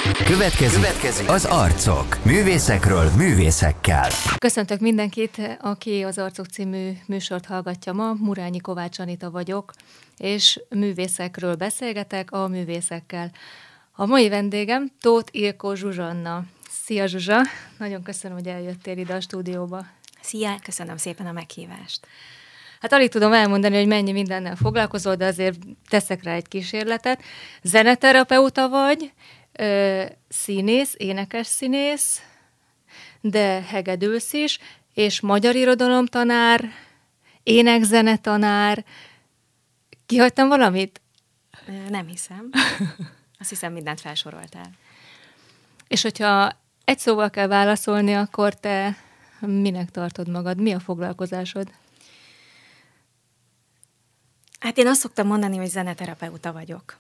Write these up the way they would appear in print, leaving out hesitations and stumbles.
Következik az Arcok. Művészekről művészekkel. Köszöntök mindenkit, aki az Arcok című műsort hallgatja ma. Murányi Kovács Anita vagyok, és művészekről beszélgetek a művészekkel. A mai vendégem Tóth Ilkó Zsuzsanna. Szia Zsuzsa! Nagyon köszönöm, hogy eljöttél ide a stúdióba. Szia, köszönöm szépen a meghívást. Hát alig tudom elmondani, hogy mennyi mindennel foglalkozol, de azért teszek rá egy kísérletet. Zeneterapeuta vagy, színész, énekes színész, de hegedülsz is, és magyar irodalomtanár, énekzenetanár. Kihagytam valamit? Nem hiszem. Azt hiszem, mindent felsoroltál. És hogyha egy szóval kell válaszolni, akkor te minek tartod magad? Mi a foglalkozásod? Hát én azt szoktam mondani, hogy zeneterapeuta vagyok.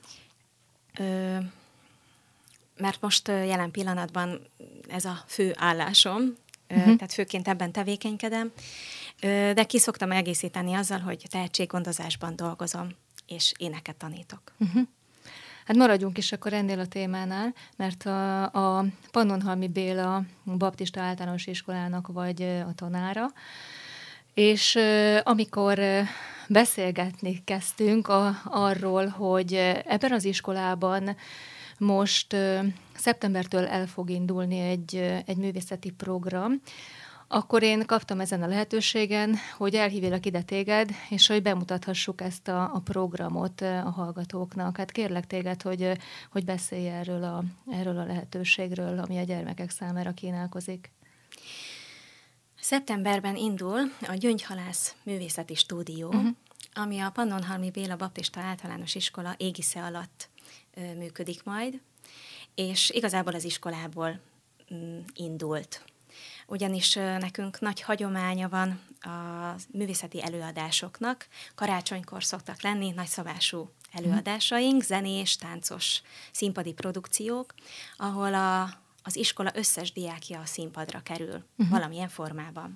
Mert most jelen pillanatban ez a fő állásom, tehát főként ebben tevékenykedem, de ki szoktam egészíteni azzal, hogy tehetséggondozásban dolgozom, és éneket tanítok. Hát maradjunk is akkor ennél a témánál, mert a Pannonhalmi Béla Baptista Általános Iskolának vagy a tanára, és amikor beszélgetni kezdtünk arról, hogy ebben az iskolában most szeptembertől el fog indulni egy művészeti program, akkor én kaptam ezen a lehetőségen, hogy elhívjalak ide téged, és hogy bemutathassuk ezt a programot a hallgatóknak. Hát kérlek téged, hogy beszélj erről a lehetőségről, ami a gyermekek számára kínálkozik. Szeptemberben indul a Gyöngyhalász Művészeti Stúdió, ami a Pannonhalmi Béla Baptista Általános Iskola égisze alatt működik majd, és igazából az iskolából indult. Ugyanis nekünk nagy hagyománya van a művészeti előadásoknak. Karácsonykor szoktak lenni nagyszabású előadásaink, zenés, táncos színpadi produkciók, ahol az iskola összes diákja a színpadra kerül valamilyen formában.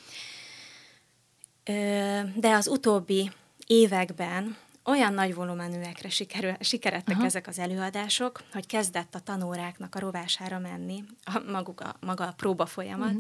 De az utóbbi években olyan nagy volumenűekre sikeredtek ezek az előadások, hogy kezdett a tanóráknak a rovására menni maga a próba folyamat.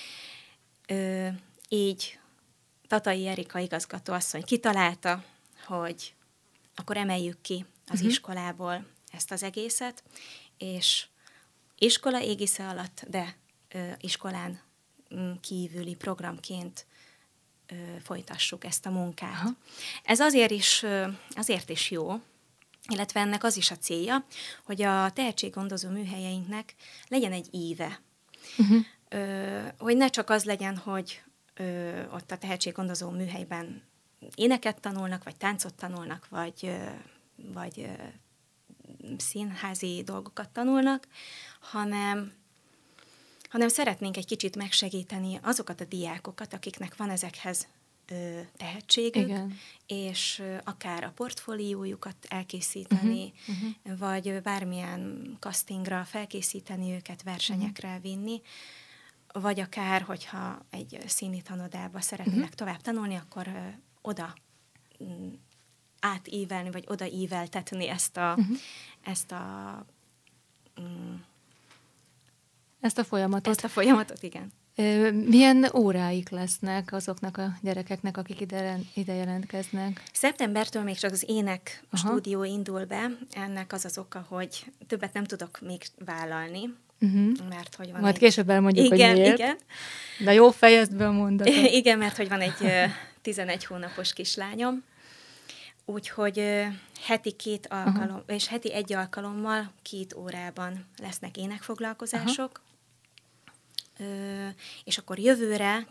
Így Tatai Erika igazgatóasszony kitalálta, hogy akkor emeljük ki az iskolából ezt az egészet, és iskola égisze alatt, de iskolán kívüli programként folytassuk ezt a munkát. Aha. Ez azért is jó, illetve ennek az is a célja, hogy a tehetséggondozó műhelyeinknek legyen egy íve. Hogy ne csak az legyen, hogy ott a tehetséggondozó műhelyben éneket tanulnak, vagy táncot tanulnak, vagy színházi dolgokat tanulnak, hanem szeretnénk egy kicsit megsegíteni azokat a diákokat, akiknek van ezekhez tehetségük, igen, és akár a portfóliójukat elkészíteni, vagy bármilyen castingra felkészíteni őket, versenyekre vinni, vagy akár, hogyha egy színi tanodába szeretnének tovább tanulni, akkor oda átívelni, vagy odaíveltetni ezt a folyamatot. Ezt a folyamatot, igen. Milyen óráik lesznek azoknak a gyerekeknek, akik ide jelentkeznek? Szeptembertől még csak az ének stúdió indul be. Ennek az oka, hogy többet nem tudok még vállalni, mert hogy van majd később elmondjuk, hogy miért. Igen. De jó, fejezd be a mondatot. Igen, mert hogy van egy 11 hónapos kislányom, úgyhogy heti 2 alkalom, és heti 1 alkalommal 2 órában lesznek énekfoglalkozások, és akkor jövőre,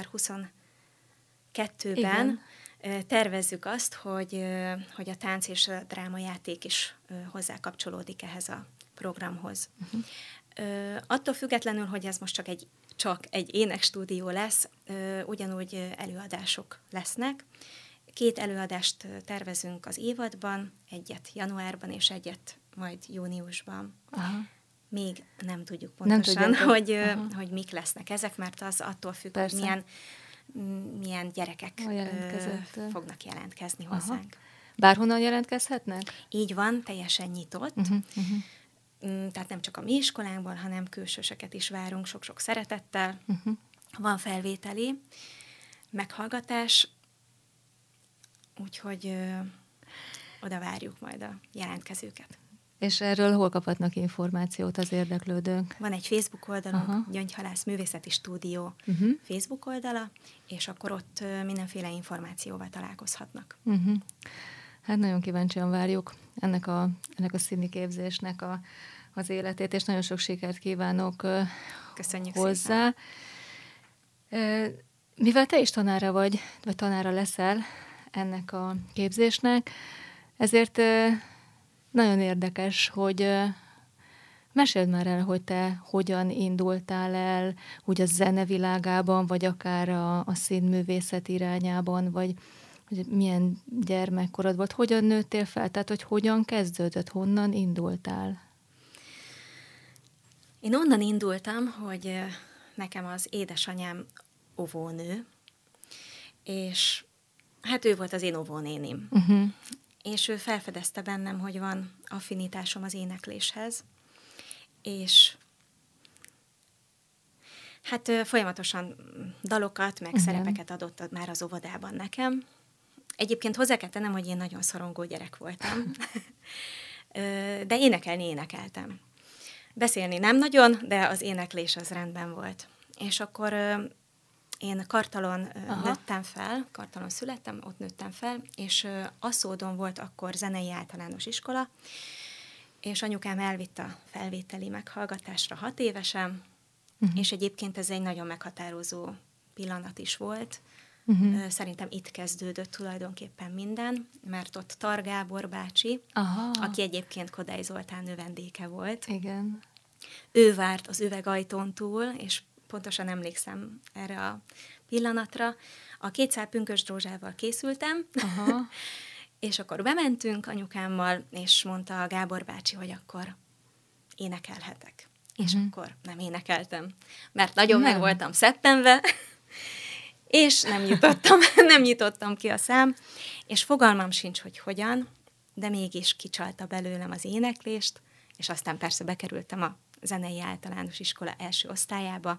2022-ben tervezzük azt, hogy a tánc és a drámajáték is hozzá kapcsolódik ehhez a programhoz. Attól függetlenül, hogy ez most csak egy énekstúdió lesz, ugyanúgy előadások lesznek. 2 előadást tervezünk az évadban, egyet januárban és egyet majd júniusban. Még nem tudjuk pontosan, hogy mik lesznek ezek, mert az attól függ, persze, hogy milyen gyerekek fognak jelentkezni hozzánk. Bárhonnan jelentkezhetnek? Így van, teljesen nyitott. tehát nem csak a mi iskolánkból, hanem külsőseket is várunk sok-sok szeretettel. Van felvételi meghallgatás, úgyhogy oda várjuk majd a jelentkezőket. És erről hol kaphatnak információt az érdeklődők? Van egy Facebook oldalunk, Gyöngyhalász Művészeti Stúdió Facebook oldala, és akkor ott mindenféle információval találkozhatnak. Hát nagyon kíváncsian várjuk ennek a színi képzésnek az életét, és nagyon sok sikert kívánok Köszönjük hozzá. Szépen. Mivel te is tanára vagy tanára leszel ennek a képzésnek, ezért nagyon érdekes, hogy meséld már el, hogy te hogyan indultál el úgy a zenevilágában, vagy akár a színművészet irányában, vagy hogy milyen gyermekkorod volt, hogyan nőttél fel, tehát hogy hogyan kezdődött, honnan indultál? Én onnan indultam, hogy nekem az édesanyám óvónő, és hát ő volt az én óvónénim. És ő felfedezte bennem, hogy van affinitásom az énekléshez, és hát folyamatosan dalokat, meg szerepeket adott már az óvodában nekem. Egyébként hozzá kell tennem, hogy én nagyon szorongó gyerek voltam, de énekeltem. Beszélni nem nagyon, de az éneklés az rendben volt. És akkor én Kartalon nőttem fel, Kartalon születtem, ott nőttem fel, és Aszódon volt akkor zenei általános iskola, és anyukám elvitt a felvételi meghallgatásra 6 évesen, és egyébként ez egy nagyon meghatározó pillanat is volt. Szerintem itt kezdődött tulajdonképpen minden, mert ott Tar Gábor bácsi, aki egyébként Kodály Zoltán növendéke volt. Igen. Ő várt az üvegajtón túl, és pontosan emlékszem erre a pillanatra. A 2 szál pünkösd rózsával készültem, és akkor bementünk anyukámmal, és mondta a Gábor bácsi, hogy akkor énekelhetek. És akkor nem énekeltem, mert nagyon meg voltam szeppenve, és nem nyitottam ki a szám, és fogalmam sincs, hogy hogyan, de mégis kicsalta belőlem az éneklést, és aztán persze bekerültem a zenei általános iskola első osztályába,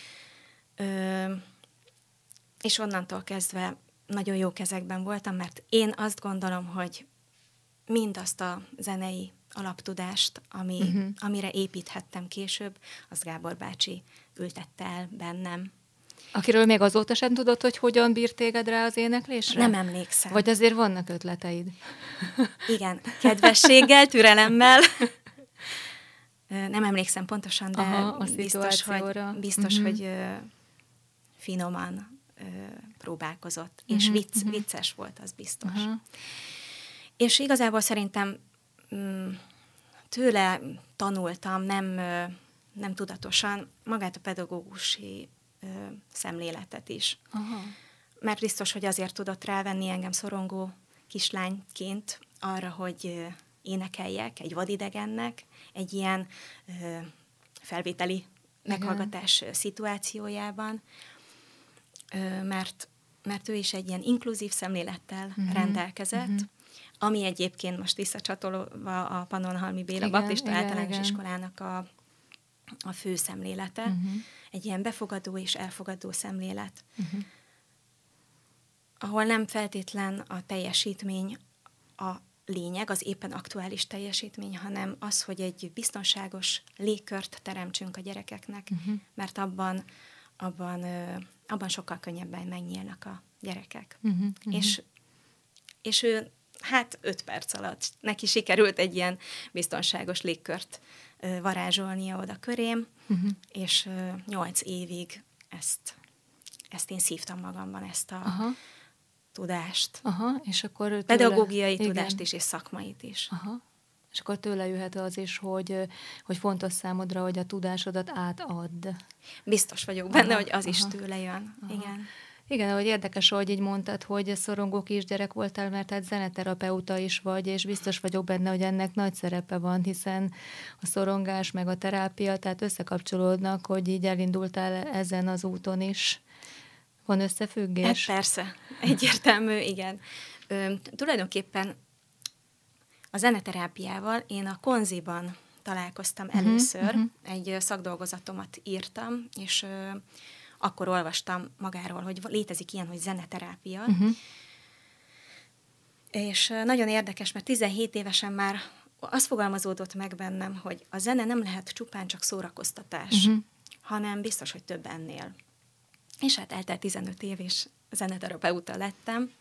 és onnantól kezdve nagyon jó kezekben voltam, mert én azt gondolom, hogy mindazt a zenei alaptudást, amire építhettem később, az Gábor bácsi ültette el bennem. Akiről még azóta sem tudod, hogy hogyan bírt téged rá az éneklésre? Nem emlékszem. Vagy azért vannak ötleteid? Igen, kedvességgel, türelemmel. Nem emlékszem pontosan, de biztos, hogy finoman próbálkozott, és vicces volt, az biztos. És igazából szerintem tőle tanultam, nem tudatosan, magát a pedagógusi szemléletet is. Mert biztos, hogy azért tudott rávenni engem szorongó kislányként arra, hogy énekeljek egy vadidegennek egy ilyen felvételi meghallgatás szituációjában, mert ő is egy ilyen inkluzív szemlélettel rendelkezett, ami egyébként most visszacsatolva a Pannonhalmi Béla Baptista Általános Iskolának a fő szemlélete, egy ilyen befogadó és elfogadó szemlélet, ahol nem feltétlen a teljesítmény a lényeg, az éppen aktuális teljesítmény, hanem az, hogy egy biztonságos légkört teremtsünk a gyerekeknek, mert abban sokkal könnyebben megnyílnak a gyerekek. És ő 5 perc alatt neki sikerült egy ilyen biztonságos légkört varázsolnia oda körém, és 8 évig ezt én szívtam magamban, ezt a tudást. És akkor tőle, pedagógiai tudást is, és szakmait is. És akkor tőle jöhet az is, hogy fontos számodra, hogy a tudásodat átadd. Biztos vagyok benne, hogy az is tőle jön. Igen. Igen, hogy érdekes, hogy így mondtad, hogy szorongó kisgyerek voltál, mert hát zeneterapeuta is vagy, és biztos vagyok benne, hogy ennek nagy szerepe van, hiszen a szorongás meg a terápia, tehát összekapcsolódnak, hogy így elindultál ezen az úton is. Van összefüggés? Hát persze, egyértelmű, igen. Tulajdonképpen a zeneterápiával én a Konziban találkoztam először. Egy szakdolgozatomat írtam, és akkor olvastam magáról, hogy létezik ilyen, hogy zeneterápia. És nagyon érdekes, mert 17 évesen már az fogalmazódott meg bennem, hogy a zene nem lehet csupán csak szórakoztatás, hanem biztos, hogy több ennél. És hát eltelt 15 év, és zeneterapeuta lettem.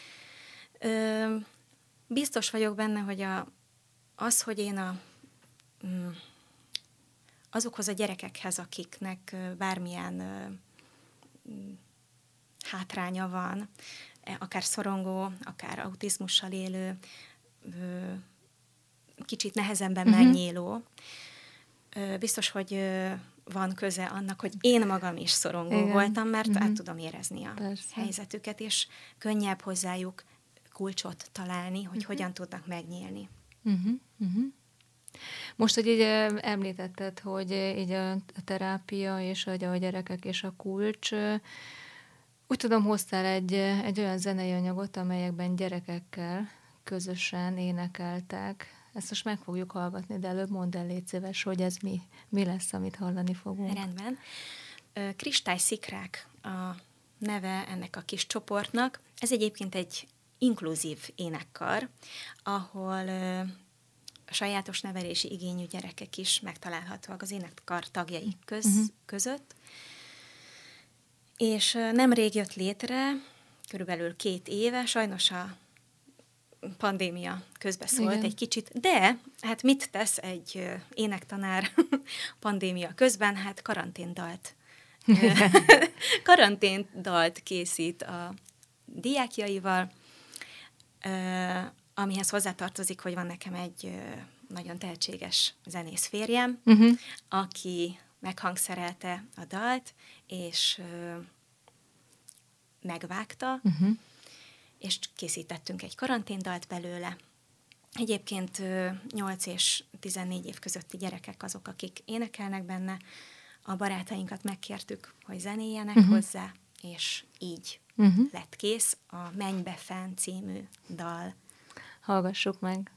Biztos vagyok benne, hogy hogy én azokhoz a gyerekekhez, akiknek bármilyen hátránya van, akár szorongó, akár autizmussal élő, kicsit nehezebben megnyíló, biztos, hogy van köze annak, hogy én magam is szorongó voltam, mert át tudom érezni a helyzetüket, és könnyebb hozzájuk kulcsot találni, hogy hogyan tudnak megnyílni. Most, hogy így említetted, hogy így a terápia és a gyerekek és a kulcs, úgy tudom, hoztál egy olyan zenei anyagot, amelyekben gyerekekkel közösen énekeltek. Ezt most meg fogjuk hallgatni, de előbb mondd el, légy szíves, hogy ez mi lesz, amit hallani fogunk. Rendben. Kristályszikrák a neve ennek a kis csoportnak. Ez egyébként egy inkluzív énekkar, ahol a sajátos nevelési igényű gyerekek is megtalálhatóak az énekkar tagjai között. És nemrég jött létre, körülbelül 2 éve, sajnos a pandémia közbeszólt egy kicsit, de hát mit tesz egy énektanár pandémia közben? Hát karanténdalt készít a diákjaival, amihez hozzátartozik, hogy van nekem egy nagyon tehetséges zenész férjem, aki meghangszerelte a dalt, és megvágta, és készítettünk egy karanténdalt belőle. Egyébként 8 és 14 év közötti gyerekek azok, akik énekelnek benne. A barátainkat megkértük, hogy zenéljenek hozzá, és így lett kész a Mennybe fenn című dal. Hallgassuk meg!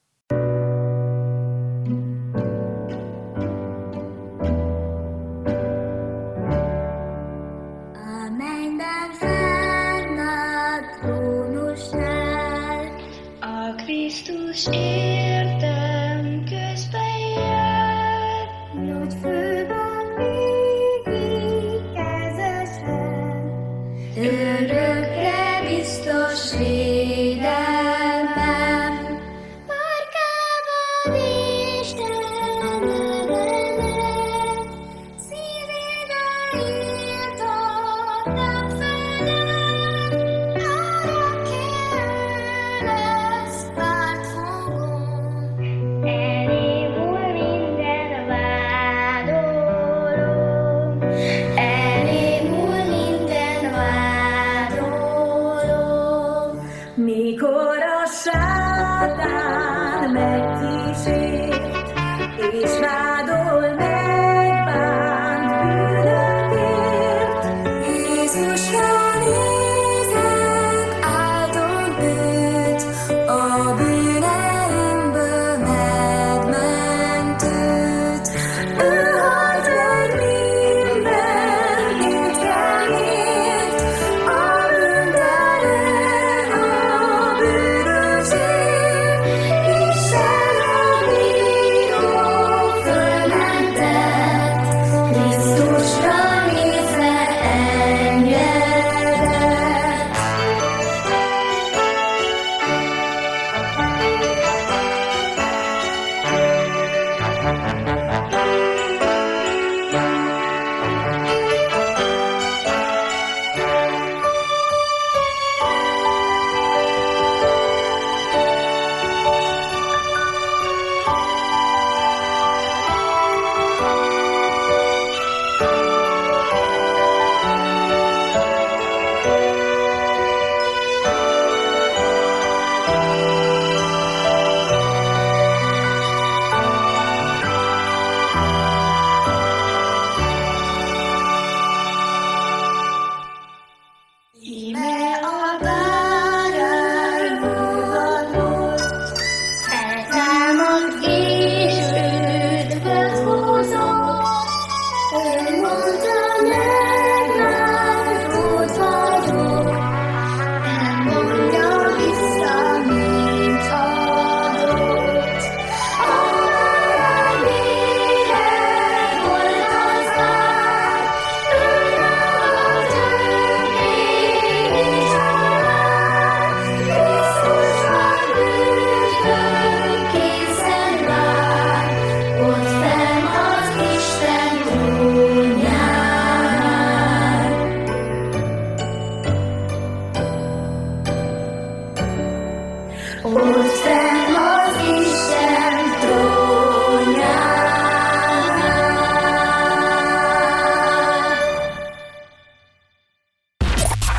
Krisztus értem közben jár, nagy főben végig kezesen, örökre biztos védelmem, márkában Isten nevemet, szívébe írtottam felem, örökké lesz pártfogom. Elémul minden vádolom, elémul minden vádolom. Mikor a sátán megkísért, és vádol megbánt bűnökért, Jézusra nézek, áldom őt, a bűneimből megmentőt. Ő halt meg minden étkenyért, a bűnterem, a bűnösért, Istenre bíró fölmentett, Krisztusra nézve engedett.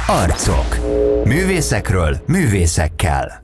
Arcok. Művészekről, művészekkel.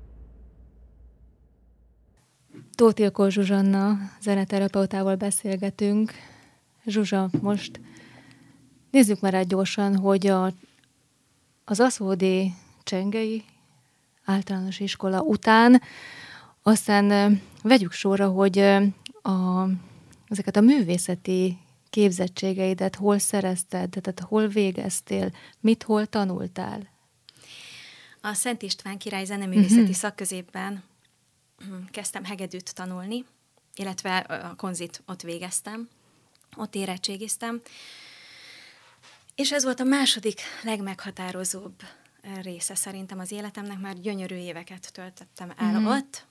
Tóth Ilkó Zsuzsanna zeneterapeutával beszélgetünk. Zsuzsa, most nézzük már át gyorsan, hogy az Aszódi Csengei általános iskola után aztán vegyük sorra, hogy ezeket a művészeti képzettségeidet hol szerezted, tehát hol végeztél, hol tanultál? A Szent István Király Zeneművészeti Szakközépben kezdtem hegedűt tanulni, illetve a konzit ott végeztem, ott érettségiztem, és ez volt a második legmeghatározóbb része szerintem az életemnek, mert gyönyörű éveket töltöttem el ott.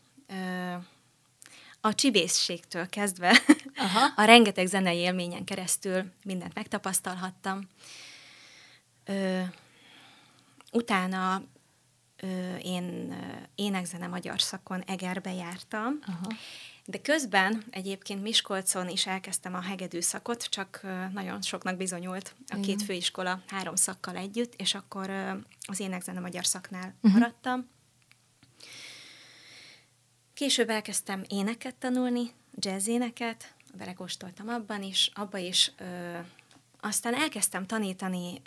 A csibészségtől kezdve a rengeteg zenei élményen keresztül mindent megtapasztalhattam. Utána én énekzene magyar szakon Egerbe jártam, de közben egyébként Miskolcon is elkezdtem a hegedű szakot, csak nagyon soknak bizonyult a két főiskola 3 szakkal együtt, és akkor az énekzene magyar szaknál maradtam. Később elkezdtem éneket tanulni, jazzéneket, belekóstoltam abba is. Aztán elkezdtem tanítani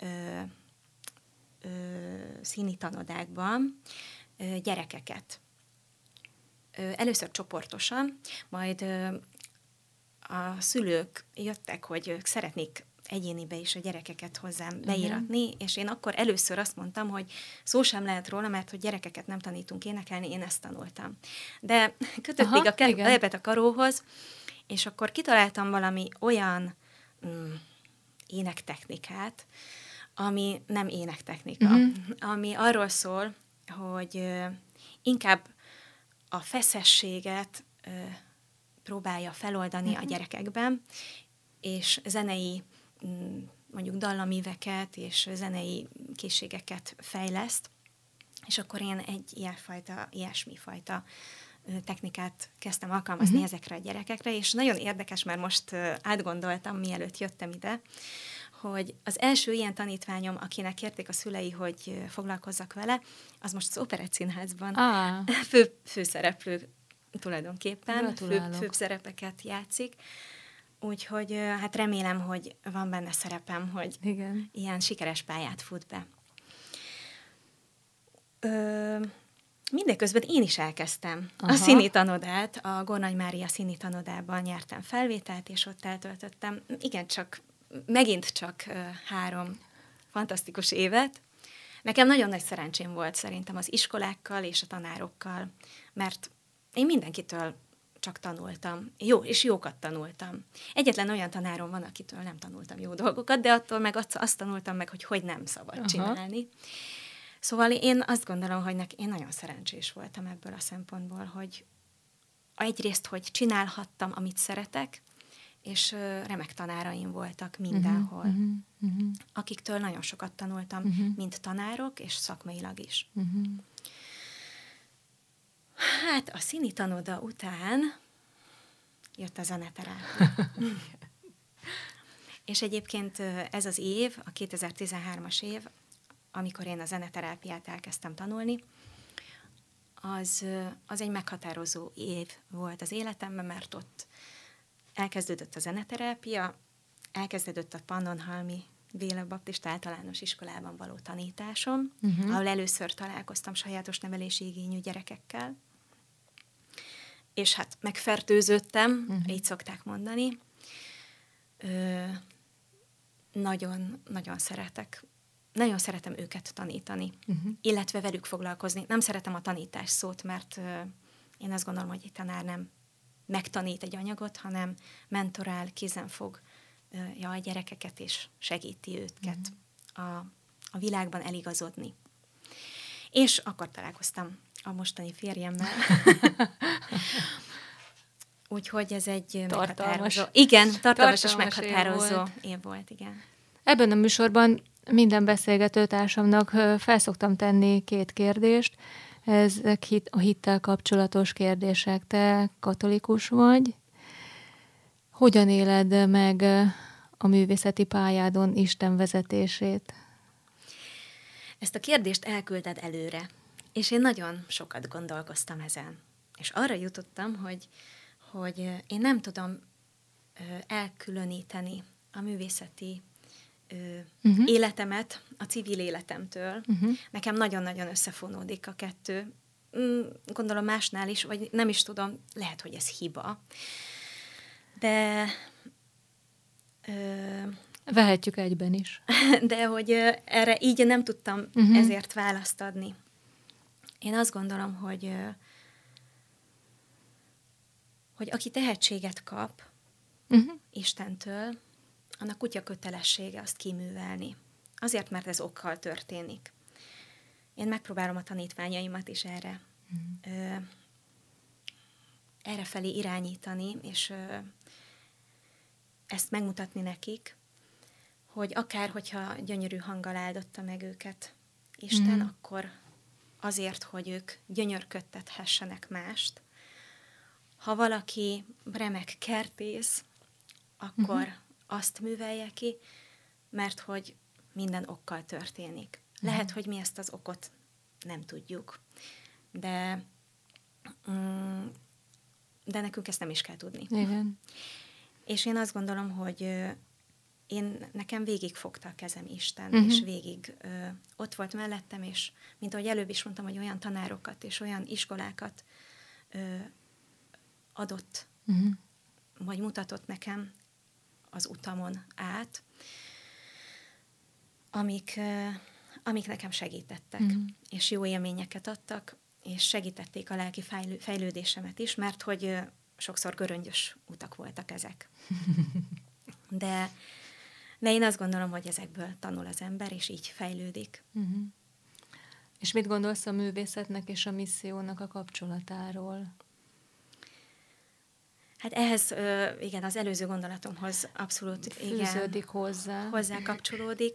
színi tanodákban gyerekeket. Először csoportosan, majd a szülők jöttek, hogy ők szeretnék egyénibe is a gyerekeket hozzám beíratni, és én akkor először azt mondtam, hogy szó sem lehet róla, mert hogy gyerekeket nem tanítunk énekelni, én ezt tanultam. De kötötték a lepet a karóhoz, és akkor kitaláltam valami olyan énektechnikát, ami nem énektechnika, ami arról szól, hogy inkább a feszességet próbálja feloldani a gyerekekben, és zenei, mondjuk dallamíveket és zenei készségeket fejleszt, és akkor én egy ilyesmifajta technikát kezdtem alkalmazni ezekre a gyerekekre, és nagyon érdekes, mert most átgondoltam, mielőtt jöttem ide, hogy az első ilyen tanítványom, akinek kérték a szülei, hogy foglalkozzak vele, az most az Operett Színházban főszereplő tulajdonképpen, főbb szerepeket játszik. Úgyhogy hát remélem, hogy van benne szerepem, hogy ilyen sikeres pályát fut be. Mindeközben én is elkezdtem a színi tanodát, a Gornagy Mária színi tanodában nyertem felvételt, és ott eltöltöttem, megint csak 3 fantasztikus évet. Nekem nagyon nagy szerencsém volt szerintem az iskolákkal és a tanárokkal, mert én mindenkitől csak tanultam. És jókat tanultam. Egyetlen olyan tanárom van, akitől nem tanultam jó dolgokat, de attól meg azt tanultam meg, hogy nem szabad csinálni. Szóval én azt gondolom, hogy én nagyon szerencsés voltam ebből a szempontból, hogy egyrészt, hogy csinálhattam, amit szeretek, és remek tanáraim voltak mindenhol, akiktől nagyon sokat tanultam, mint tanárok, és szakmailag is. Hát a színi tanoda után jött a zeneterápia. És egyébként ez az év, a 2013-as év, amikor én a zeneterápiát elkezdtem tanulni, az egy meghatározó év volt az életemben, mert ott elkezdődött a zeneterápia, elkezdődött a Pannonhalmi Béla Baptista Általános Iskolában való tanításom, ahol először találkoztam sajátos nevelési igényű gyerekekkel, és hát megfertőződtem, így szokták mondani. Nagyon szeretem őket tanítani, illetve velük foglalkozni. Nem szeretem a tanítás szót, mert én azt gondolom, hogy egy tanár nem megtanít egy anyagot, hanem mentorál, kézen fogja a gyerekeket, és segíti őket a világban eligazodni. És akkor találkoztam a mostani férjemmel. Úgyhogy ez egy meghatározó. Igen, tartalmas és meghatározó év volt, igen. Ebben a műsorban minden beszélgető társamnak felszoktam tenni 2 kérdést. Ezek a hittel kapcsolatos kérdések. Te katolikus vagy? Hogyan éled meg a művészeti pályádon Isten vezetését? ezt a kérdést elküldted előre, és én nagyon sokat gondolkoztam ezen. És arra jutottam, hogy én nem tudom elkülöníteni a művészeti életemet a civil életemtől. Nekem nagyon-nagyon összefonódik a kettő. Gondolom másnál is, vagy nem is tudom, lehet, hogy ez hiba. De... Vehetjük egyben is. De hogy erre így nem tudtam ezért választ adni. Én azt gondolom, hogy aki tehetséget kap Istentől, annak kutya kötelessége azt kiművelni. Azért, mert ez okkal történik. Én megpróbálom a tanítványaimat is erre felé irányítani, és ezt megmutatni nekik, hogy akár, hogyha gyönyörű hanggal áldotta meg őket Isten, akkor azért, hogy ők gyönyörködtethessenek mást. Ha valaki remek kertész, akkor azt művelje ki, mert hogy minden okkal történik. Lehet, hogy mi ezt az okot nem tudjuk, de nekünk ezt nem is kell tudni. Igen. És én azt gondolom, hogy nekem végig fogta a kezem Isten, és végig ott volt mellettem, és mint ahogy előbb is mondtam, hogy olyan tanárokat és olyan iskolákat adott, vagy mutatott nekem az utamon át, amik nekem segítettek, és jó élményeket adtak, és segítették a lelki fejlődésemet is, mert hogy sokszor göröngyös utak voltak ezek. De én azt gondolom, hogy ezekből tanul az ember, és így fejlődik. És mit gondolsz a művészetnek és a missziónak a kapcsolatáról? Hát ehhez, igen, az előző gondolatomhoz abszolút fűződik hozzá. Hozzá kapcsolódik.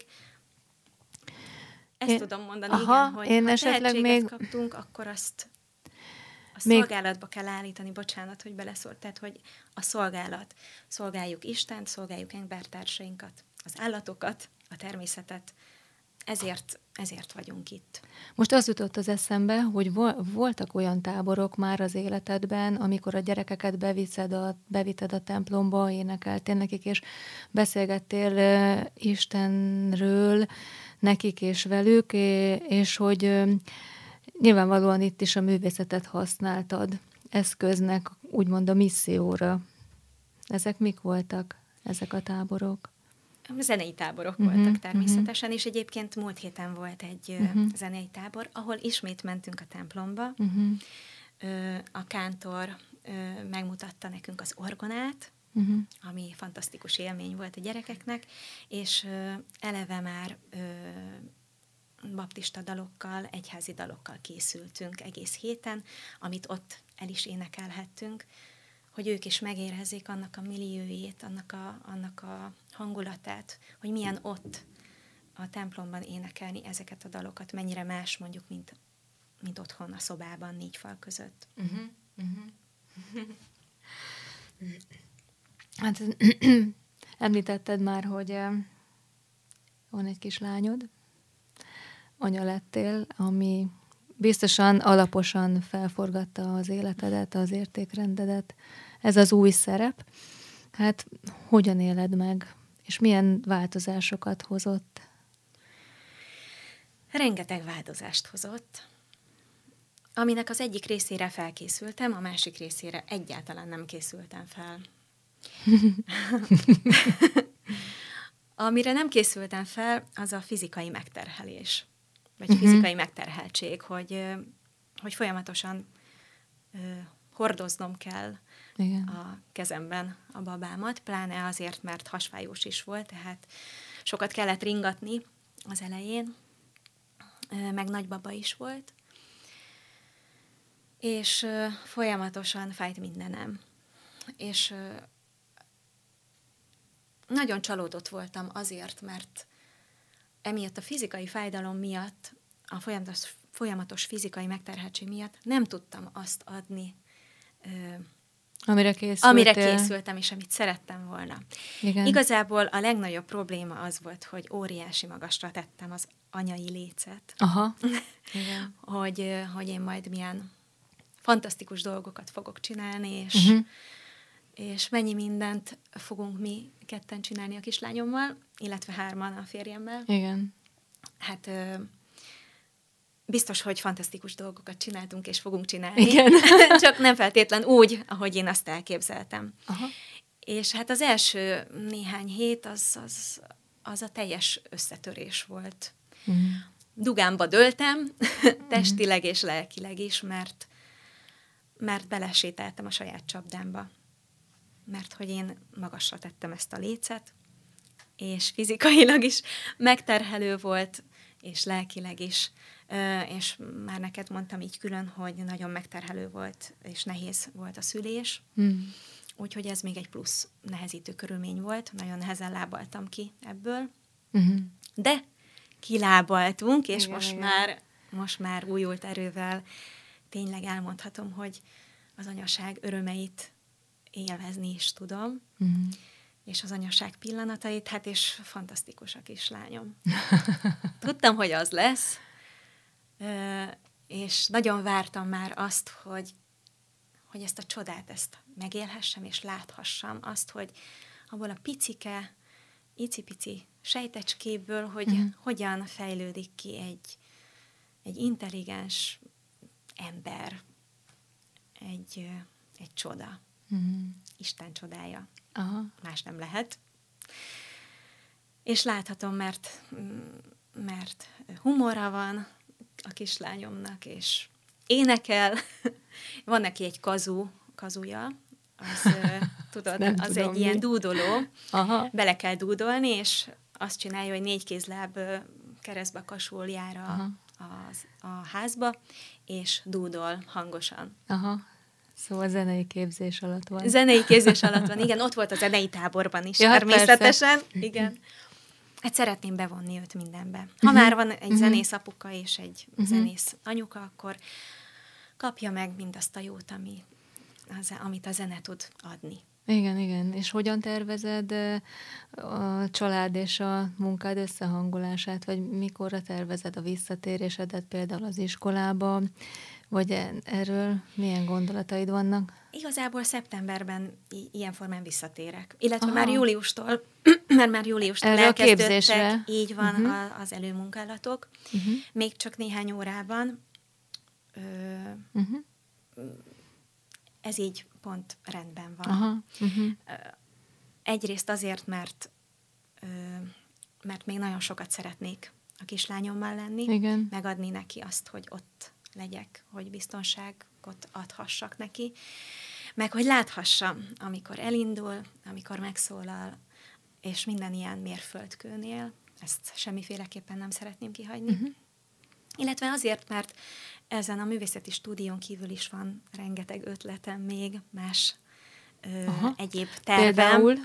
Ezt tudom mondani, igen, hogy én ha esetleg még kaptunk, akkor azt a szolgálatba kell állítani, bocsánat, hogy beleszólt, tehát, hogy a szolgálat. Szolgáljuk Istent, szolgáljuk embertársainkat, az állatokat, a természetet. Ezért vagyunk itt. Most az jutott az eszembe, hogy voltak olyan táborok már az életedben, amikor a gyerekeket bevitted a templomba, énekeltél nekik, és beszélgettél Istenről nekik és velük, és hogy nyilvánvalóan itt is a művészetet használtad eszköznek, úgymond a misszióra. Ezek mik voltak, ezek a táborok? Zenei táborok voltak természetesen, és egyébként múlt héten volt egy zenei tábor, ahol ismét mentünk a templomba. A kántor megmutatta nekünk az orgonát, ami fantasztikus élmény volt a gyerekeknek, és eleve már baptista dalokkal, egyházi dalokkal készültünk egész héten, amit ott el is énekelhettünk, hogy ők is megérezzék annak a milliójét, annak a hangulatát, hogy milyen ott a templomban énekelni ezeket a dalokat, mennyire más mondjuk, mint otthon a szobában 4 fal között. Hát említetted már, hogy van egy kis lányod, anya lettél, ami biztosan alaposan felforgatta az életedet, az értékrendedet. Ez az új szerep. Hát hogyan éled meg? És milyen változásokat hozott? Rengeteg változást hozott, aminek az egyik részére felkészültem, a másik részére egyáltalán nem készültem fel. Amire nem készültem fel, az a fizikai megterhelés, vagy fizikai megterheltség, hogy folyamatosan hordoznom kell a kezemben a babámat, pláne azért, mert hasfájós is volt, tehát sokat kellett ringatni az elején, meg nagybaba is volt, és folyamatosan fájt mindenem. És nagyon csalódott voltam azért, mert emiatt a fizikai fájdalom miatt, a folyamatos fizikai megterheltség miatt nem tudtam azt adni Amire készültél. Amire készültem, és amit szerettem volna. Igen. Igazából a legnagyobb probléma az volt, hogy óriási magasra tettem az anyai lécet, Aha. Igen. hogy én majd milyen fantasztikus dolgokat fogok csinálni, és, és mennyi mindent fogunk mi ketten csinálni a kislányommal, illetve 3 a férjemmel. Igen. Hát biztos, hogy fantasztikus dolgokat csináltunk, és fogunk csinálni. Igen. Csak nem feltétlen úgy, ahogy én azt elképzeltem. Aha. És hát az első néhány hét az a teljes összetörés volt. Dugámba dőltem, testileg és lelkileg is, mert belesétáltam a saját csapdámba. Mert hogy én magasra tettem ezt a lécet, és fizikailag is megterhelő volt, és lelkileg is. És már neked mondtam így külön, hogy nagyon megterhelő volt, és nehéz volt a szülés. Úgyhogy ez még egy plusz nehezítő körülmény volt. Nagyon nehezen lábaltam ki ebből. De kilábaltunk, és Igen, most már újult erővel tényleg elmondhatom, hogy az anyaság örömeit élvezni is tudom, és az anyaság pillanatait, hát és fantasztikus a kislányom. Tudtam, hogy az lesz, és nagyon vártam már azt, hogy ezt a csodát, ezt megélhessem, és láthassam azt, hogy abból a picike, icipici sejtecskéből, hogy hogyan fejlődik ki egy intelligens ember, egy csoda. Isten csodája. Aha. Más nem lehet. És láthatom, mert humora van a kislányomnak, és énekel. Van neki egy kazuja, az, tudod, az tudom, egy ilyen mi. dúdoló. Aha. Bele kell dúdolni, és azt csinálja, hogy 4 kézláb keresztbe kasul jár a házba, és dúdol hangosan. Aha. Szóval zenei képzés alatt van. Zenei képzés alatt van, igen, ott volt a zenei táborban is, Ja, természetesen. Igen. Hát szeretném bevonni őt mindenbe. Ha már van egy zenész apuka és egy zenész anyuka, akkor kapja meg mindazt a jót, amit a zene tud adni. Igen, igen. És hogyan tervezed a család és a munkád összehangolását, vagy mikorra tervezed a visszatérésedet például az iskolába, vagy erről milyen gondolataid vannak? Igazából szeptemberben ilyen formán visszatérek. Illetve Aha. már júliustól, mert már júliustól Erre a elkezdődtek, képzésre. így van az előmunkálatok. Még csak néhány órában. Ez így pont rendben van. Aha. Egyrészt azért, mert még nagyon sokat szeretnék a kislányommal lenni, Igen. megadni neki azt, hogy ott legyek, hogy biztonságot adhassak neki, meg hogy láthassam, amikor elindul, amikor megszólal, és minden ilyen mérföldkőnél, ezt semmiféleképpen nem szeretném kihagyni. Illetve azért, mert ezen a művészeti stúdión kívül is van rengeteg ötletem még, más egyéb tervem.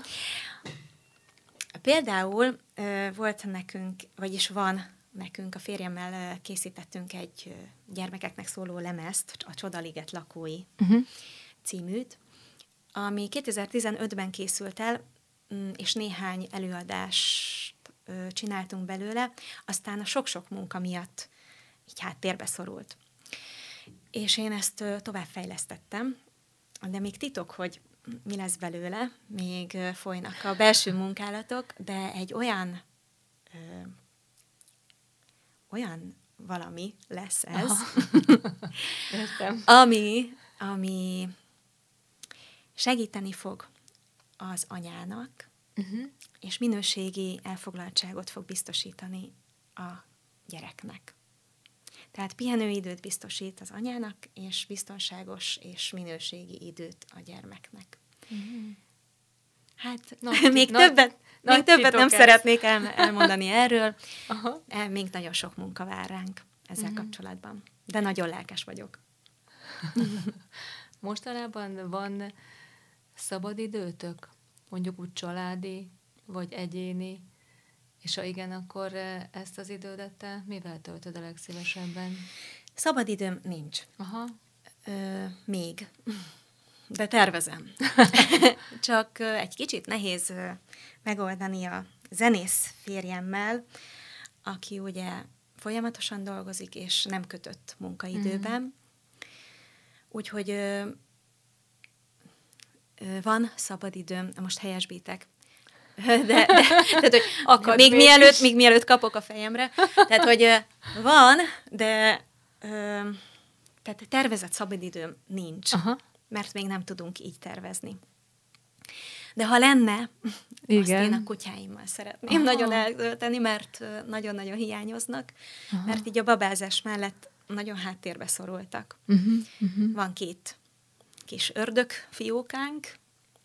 Például volt nekünk, vagyis van nekünk, a férjemmel készítettünk egy gyermekeknek szóló lemezt, a Csodaliget lakói címűt, ami 2015-ben készült el, és néhány előadást csináltunk belőle, aztán a sok-sok munka miatt így háttérbe szorult. És én ezt továbbfejlesztettem, de még titok, hogy mi lesz belőle, még folynak a belső munkálatok, de egy olyan valami lesz ez, Értem. ami segíteni fog az anyának, és minőségi elfoglaltságot fog biztosítani a gyereknek. Tehát pihenőidőt biztosít az anyának, és biztonságos és minőségi időt a gyermeknek. Hát még többet nem szeretnék elmondani erről. Aha. Még nagyon sok munka vár ránk ezzel kapcsolatban. De nagyon lelkes vagyok. Mostanában van szabadidőtök? Mondjuk úgy családi, vagy egyéni, és ha igen, akkor ezt az idődet te mivel töltöd a legszívesebben? Szabadidőm nincs. Aha. Még. De tervezem. Csak egy kicsit nehéz megoldani a zenész férjemmel, aki ugye folyamatosan dolgozik, és nem kötött munkaidőben. Úgyhogy van szabadidőm, most helyesbítek. Tehát, hogy még mielőtt kapok a fejemre. Tehát, hogy van, de tehát tervezett szabadidőm nincs. Aha. Mert még nem tudunk így tervezni. De ha lenne, azt én a kutyáimmal szeretném nagyon eltölteni, mert nagyon-nagyon hiányoznak, mert így a babázás mellett nagyon háttérbe szorultak. Van 2 kis ördögfiókánk,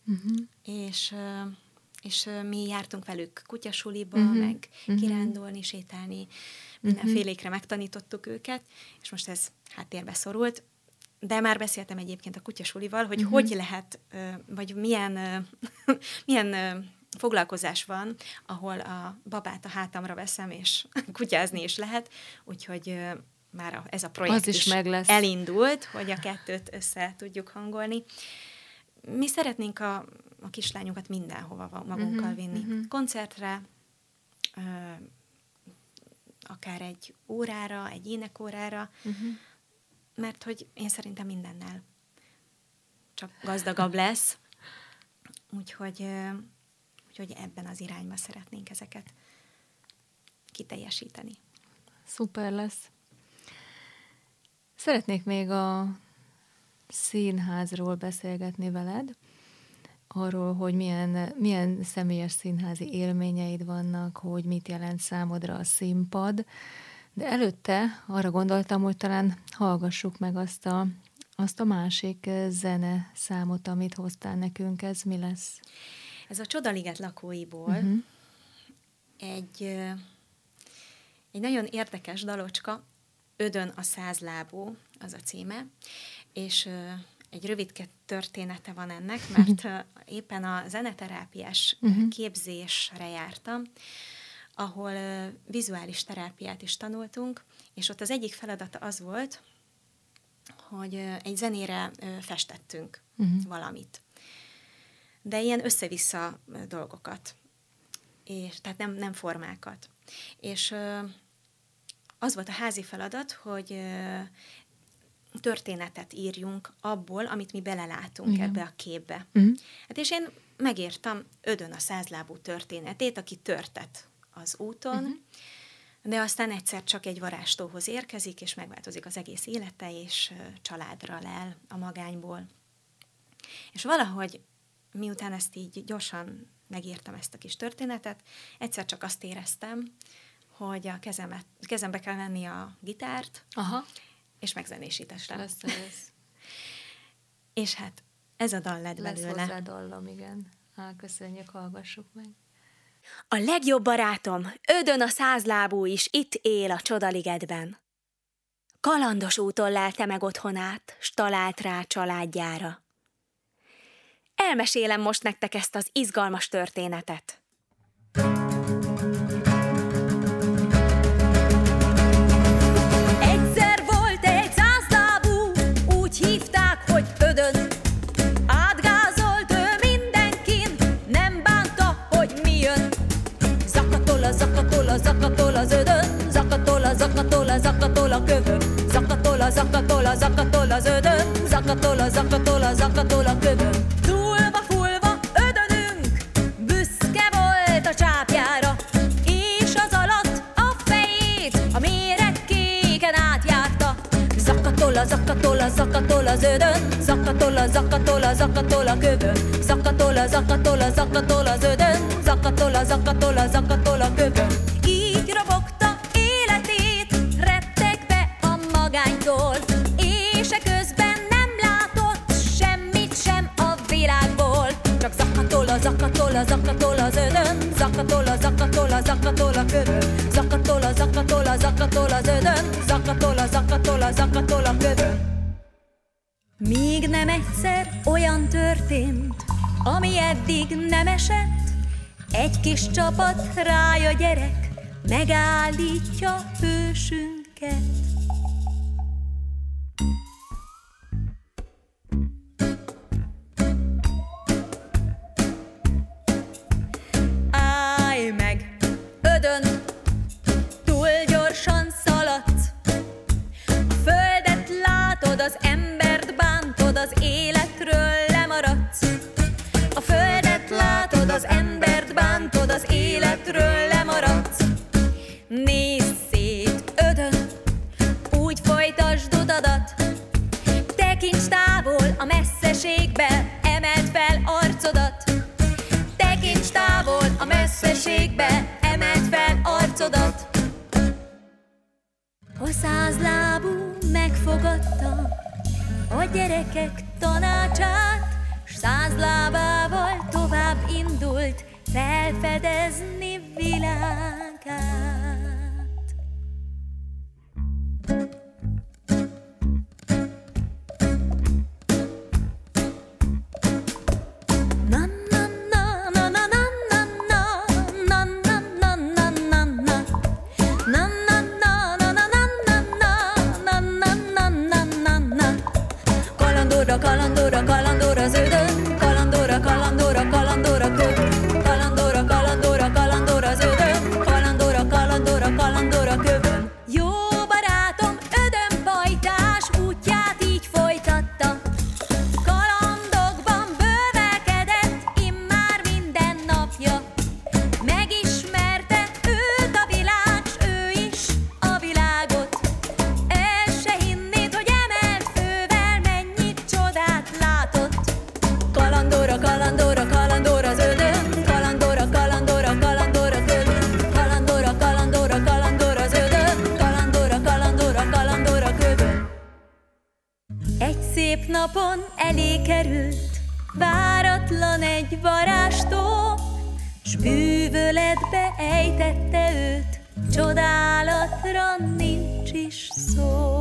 és mi jártunk velük kutyasuliba, meg kirándulni, sétálni, mindenfélékre megtanítottuk őket, és most ez háttérbe szorult. De már beszéltem egyébként a kutyasulival, hogy hogy lehet, vagy milyen foglalkozás van, ahol a babát a hátamra veszem, és kutyázni is lehet, úgyhogy már ez a projekt is elindult, hogy a 2-t össze tudjuk hangolni. Mi szeretnénk a kislányunkat mindenhova magunkkal vinni. Koncertre, akár egy órára, egy énekórára, mert hogy én szerintem mindennel csak gazdagabb lesz. Úgyhogy ebben az irányba szeretnénk ezeket kiteljesíteni. Szuper lesz. Szeretnék még a színházról beszélgetni veled, arról, hogy milyen személyes színházi élményeid vannak, hogy mit jelent számodra a színpad, de előtte arra gondoltam, hogy talán hallgassuk meg azt a másik zene számot, amit hoztál nekünk. Ez mi lesz? Ez a Csodaliget lakóiból egy nagyon érdekes dalocska, Ödön a 100 lábú, az a címe, és egy rövidke története van ennek, mert éppen a zeneterápiás képzésre jártam, ahol vizuális terápiát is tanultunk, és ott az egyik feladata az volt, hogy egy zenére festettünk valamit. De ilyen össze-vissza dolgokat, és, tehát nem formákat. És az volt a házi feladat, hogy történetet írjunk abból, amit mi belelátunk ebbe a képbe. Hát és én megírtam Ödön a 100 lábú történetét, aki törtet az úton, de aztán egyszer csak egy varázstóhoz érkezik, és megváltozik az egész élete, és családra lel a magányból. És valahogy, miután ezt így gyorsan megírtam ezt a kis történetet, egyszer csak azt éreztem, hogy a kezembe kell venni a gitárt, és megzenésítestem. Lesz. És hát ez a dal lett belőle. Lesz hozzá dallam, igen. Köszönjük, hallgassuk meg. A legjobb barátom, Ödön a 100 lábú is itt él a Csodaligetben. Kalandos úton lelte meg otthonát, s talált rá családjára. Elmesélem most nektek ezt az izgalmas történetet. Egyszer volt egy 100 lábú, úgy hívták, hogy Ödön. Átgázolt ő mindenkin, nem bánta, hogy mi jön. Zakatol az Ödön, zakatol a kövön. Zakatol az Ödön, zakatol a kövön. Túlva-fulva Ödönünk, büszke volt a csápjára, és az alatt a fejét a méregkéken átjárta. Zakatol az Ödön, zakatol a kövön. Zakatol az Ödön, zakatol a kövön. Így robogta életét, rettegve a magánytól, és eközben nem látott semmit sem a világból. Csak zakatol az Ödön, zakatol a kövön. Zakatol az Ödön, zakatol a kövön. Míg nem egyszer olyan történt, ami eddig nem esett, egy kis csapat rája gyerek, megállítja hősünket. gyerekek tanácsát, s 100 lábával tovább indult felfedezni világát. Kalandora, kalandora zöldön, kalandora, kalandora, kalandora kövön, kalandora, kalandora, kalandora zöldön, kalandora, kalandora, kalandora kövön. Jó barátom, ödön pajtás útját így folytatta, kalandokban bővelkedett immár minden napja. Megismerte őt a világ, s ő is a világot. El se hinnéd, hogy emelfővel mennyi csodát látott. Kalandora, kalandora, kalandora zöldön, kalandora, kalandora, kalandora kövön, kalandora, kalandora, kalandora zöldön, kalandora, kalandora, kalandora kövön. Egy szép napon elé került váratlan egy varázstó, s bűvöletbe ejtette őt, csodálatra nincs is szó.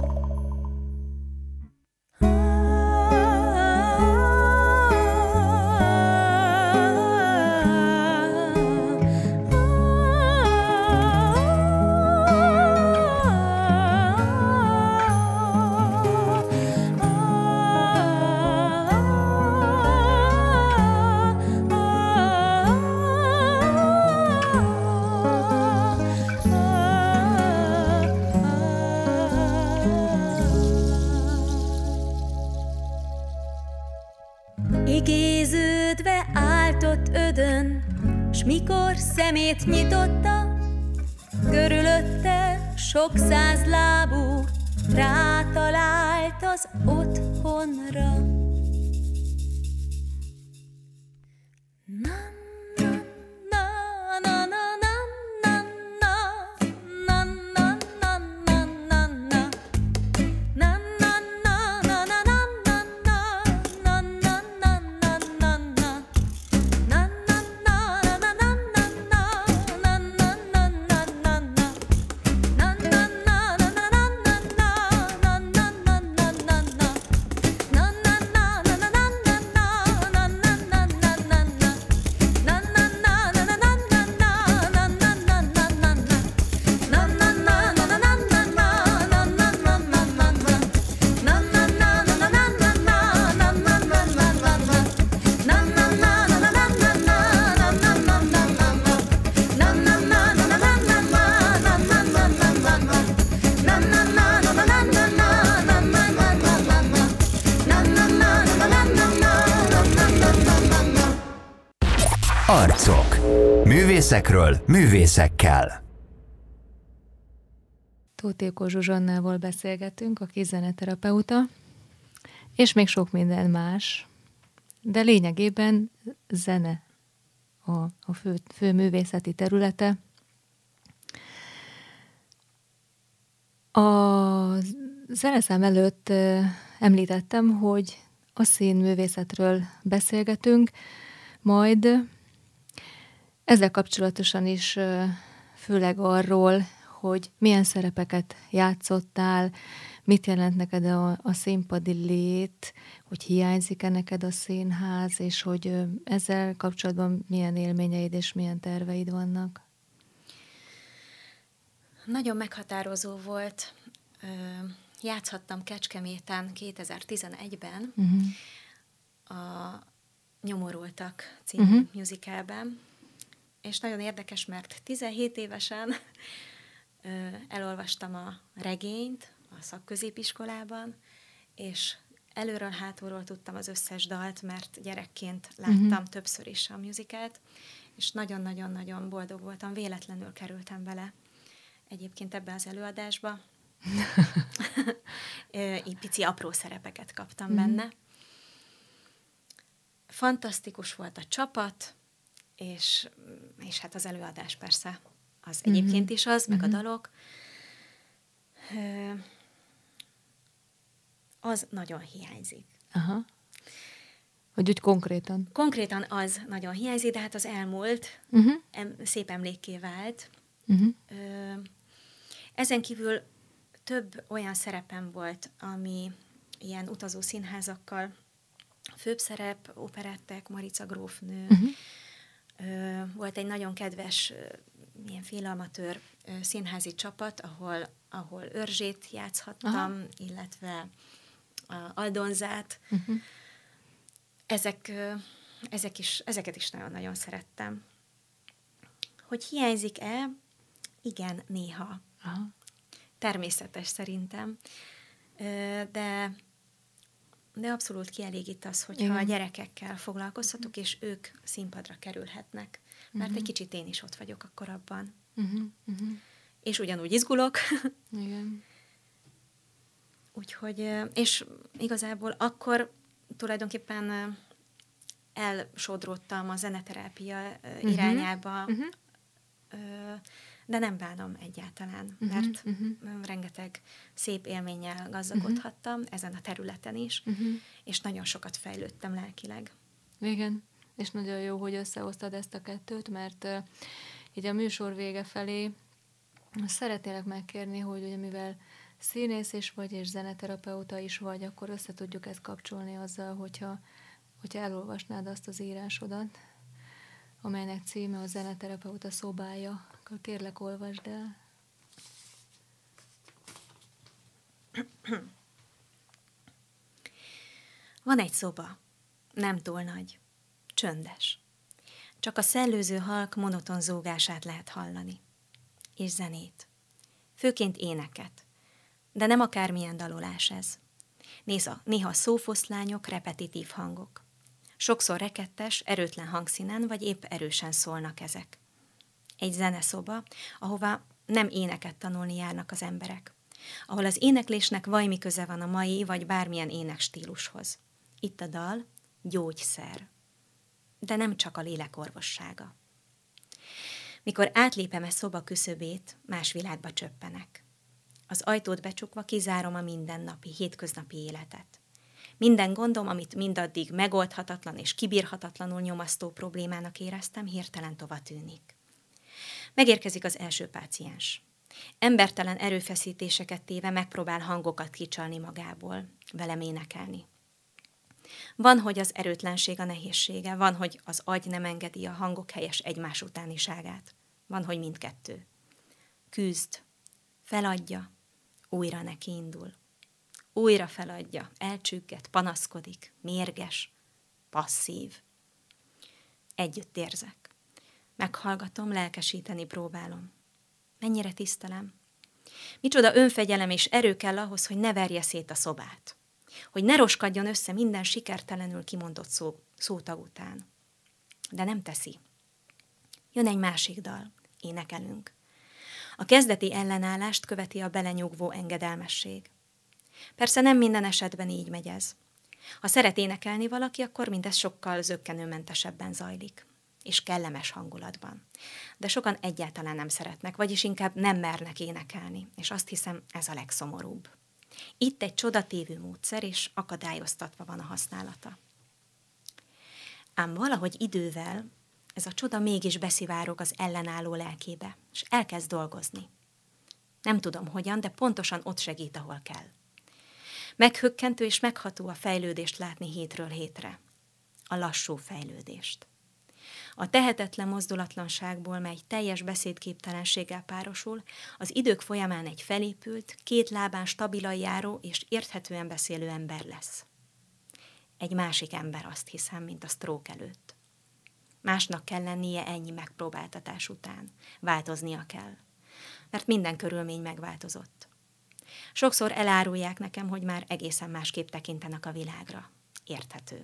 Igéződve állt ott ödön, s mikor szemét nyitotta, körülötte sok 100 lábú rátalált az otthonra. Arcok. Művészekről művészekkel. Tóth Ilkó Zsuzsannával beszélgetünk, aki zeneterapeuta, és még sok minden más, de lényegében zene a fő művészeti területe. A zeneszám előtt említettem, hogy a színművészetről beszélgetünk, majd ezzel kapcsolatosan is főleg arról, hogy milyen szerepeket játszottál, mit jelent neked a színpadi lét, hogy hiányzik-e neked a színház, és hogy ezzel kapcsolatban milyen élményeid és milyen terveid vannak? Nagyon meghatározó volt. Játszhattam Kecskeméten 2011-ben a Nyomorultak című musicalben, és nagyon érdekes, mert 17 évesen elolvastam a regényt a szakközépiskolában, és előről, hátulról tudtam az összes dalt, mert gyerekként láttam többször is a musicalt, és nagyon-nagyon-nagyon boldog voltam, véletlenül kerültem bele egyébként ebbe az előadásba. Így pici apró szerepeket kaptam benne. Fantasztikus volt a csapat, és hát az előadás persze az egyébként is az, meg a dalok. az nagyon hiányzik. Aha. Vagy úgy konkrétan. Konkrétan az nagyon hiányzik, de hát az elmúlt, szép emlékké vált. Ezen kívül több olyan szerepem volt, ami ilyen utazó színházakkal, főbb szerep, operettek, Marica grófnő. Volt egy nagyon kedves ilyen félamatőr színházi csapat, ahol Örzsét játszhattam, illetve Aldonzát. Ezeket is nagyon-nagyon szerettem. Hogy hiányzik-e? Igen, néha. Aha. Természetes szerintem. De abszolút kielégít az, hogyha a gyerekekkel foglalkozhatok, és ők színpadra kerülhetnek. Mert egy kicsit én is ott vagyok akkor abban. És ugyanúgy izgulok. Igen. Úgyhogy, és igazából akkor tulajdonképpen elsodródtam a zeneterápia irányába, de nem bánom egyáltalán, mert rengeteg szép élménnyel gazdagodhattam ezen a területen is, és nagyon sokat fejlődtem lelkileg. Igen, és nagyon jó, hogy összehoztad ezt a kettőt, mert így a műsor vége felé szeretnélek megkérni, hogy ugye mivel színész is vagy, és zeneterapeuta is vagy, akkor össze tudjuk ezt kapcsolni azzal, hogyha elolvasnád azt az írásodat, amelynek címe a Zeneterapeuta szobája. Akkor kérlek, olvasd el. Van egy szoba, nem túl nagy, csöndes. Csak a szellőző halk monoton zúgását lehet hallani. És zenét. Főként éneket. De nem akármilyen dalolás ez. Néha szófoszlányok, repetitív hangok. Sokszor rekettes, erőtlen hangszínen, vagy épp erősen szólnak ezek. Egy zeneszoba, ahova nem éneket tanulni járnak az emberek. Ahol az éneklésnek vajmi köze van a mai, vagy bármilyen énekstílushoz. Itt a dal gyógyszer. De nem csak a lélekorvossága. Mikor átlépem szoba küszöbét, más világba csöppenek. Az ajtót becsukva kizárom a mindennapi, hétköznapi életet. Minden gondom, amit mindaddig megoldhatatlan és kibírhatatlanul nyomasztó problémának éreztem, hirtelen tova tűnik. Megérkezik az első páciens. Embertelen erőfeszítéseket téve megpróbál hangokat kicsalni magából, velem énekelni. Van, hogy az erőtlenség a nehézsége, van, hogy az agy nem engedi a hangok helyes egymás utániságát. Van, hogy mindkettő. Küzd, feladja, újra neki indul. Újra feladja, elcsügget, panaszkodik, mérges, passzív. Együtt érzek. Meghallgatom, lelkesíteni próbálom. Mennyire tisztelem? Micsoda önfegyelem és erő kell ahhoz, hogy ne verje szét a szobát. Hogy ne roskadjon össze minden sikertelenül kimondott szótag után. De nem teszi. Jön egy másik dal, énekelünk. A kezdeti ellenállást követi a belenyugvó engedelmesség. Persze nem minden esetben így megy ez. Ha szeret énekelni valaki, akkor mindez sokkal zökkenőmentesebben zajlik, és kellemes hangulatban. De sokan egyáltalán nem szeretnek, vagyis inkább nem mernek énekelni, és azt hiszem, ez a legszomorúbb. Itt egy csodatévő módszer, és akadályoztatva van a használata. Ám valahogy idővel ez a csoda mégis beszivárog az ellenálló lelkébe, és elkezd dolgozni. Nem tudom hogyan, de pontosan ott segít, ahol kell. Meghökkentő és megható a fejlődést látni hétről hétre. A lassú fejlődést. A tehetetlen mozdulatlanságból, mely teljes beszédképtelenséggel párosul, az idők folyamán egy felépült, két lábán stabilan járó és érthetően beszélő ember lesz. Egy másik ember, azt hiszem, mint a stroke előtt. Másnak kell lennie ennyi megpróbáltatás után. Változnia kell. Mert minden körülmény megváltozott. Sokszor elárulják nekem, hogy már egészen másképp tekintenek a világra. Érthető.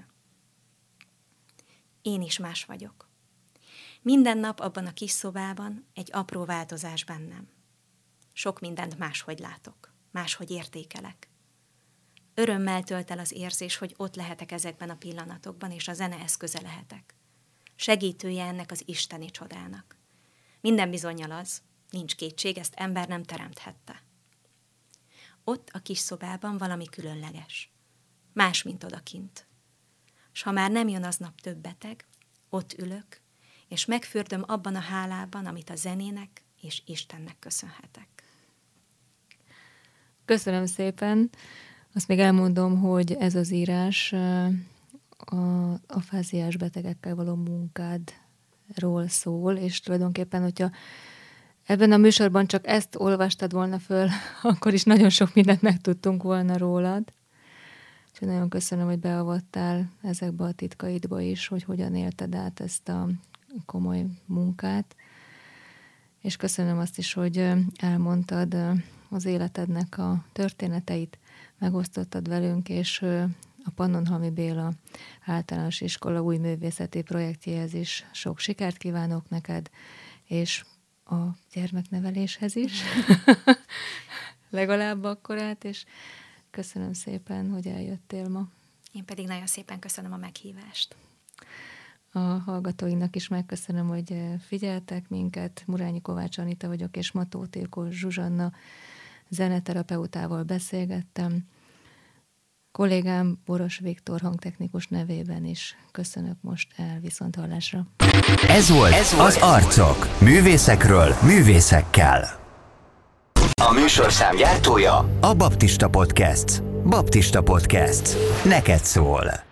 Én is más vagyok. Minden nap abban a kis szobában egy apró változás bennem. Sok mindent máshogy látok, máshogy értékelek. Örömmel tölt el az érzés, hogy ott lehetek ezekben a pillanatokban, és a zene eszköze lehetek. Segítője ennek az isteni csodának. Minden bizonnyal az, nincs kétség, ezt ember nem teremthette. ott a kis szobában valami különleges. Más, mint odakint. S ha már nem jön aznap több beteg, ott ülök, és megfürdöm abban a hálában, amit a zenének és Istennek köszönhetek. Köszönöm szépen. Azt még elmondom, hogy ez az írás a afáziás betegekkel való munkádról szól, és tulajdonképpen, hogyha ebben a műsorban csak ezt olvastad volna föl, akkor is nagyon sok mindent megtudtunk volna rólad. Úgyhogy nagyon köszönöm, hogy beavattál ezekbe a titkaidba is, hogy hogyan élted át ezt a komoly munkát. És köszönöm azt is, hogy elmondtad az életednek a történeteit, megosztottad velünk, és a Pannonhalmi Béla Általános Iskola új művészeti projektjéhez is sok sikert kívánok neked, és a gyermekneveléshez is, legalább akkorát, és köszönöm szépen, hogy eljöttél ma. Én pedig nagyon szépen köszönöm a meghívást. A hallgatóinak is megköszönöm, hogy figyeltek minket. Murányi Kovács Anita vagyok, és Mató Tilkó Zsuzsanna zeneterapeutával beszélgettem. Kollégám Boros Viktor hangtechnikus nevében is köszönök most el, viszonthallásra. Ez volt az Arcok. Művészekről, művészekkel. A műsorszám gyártója a Baptista Podcast. Baptista Podcast. Neked szól.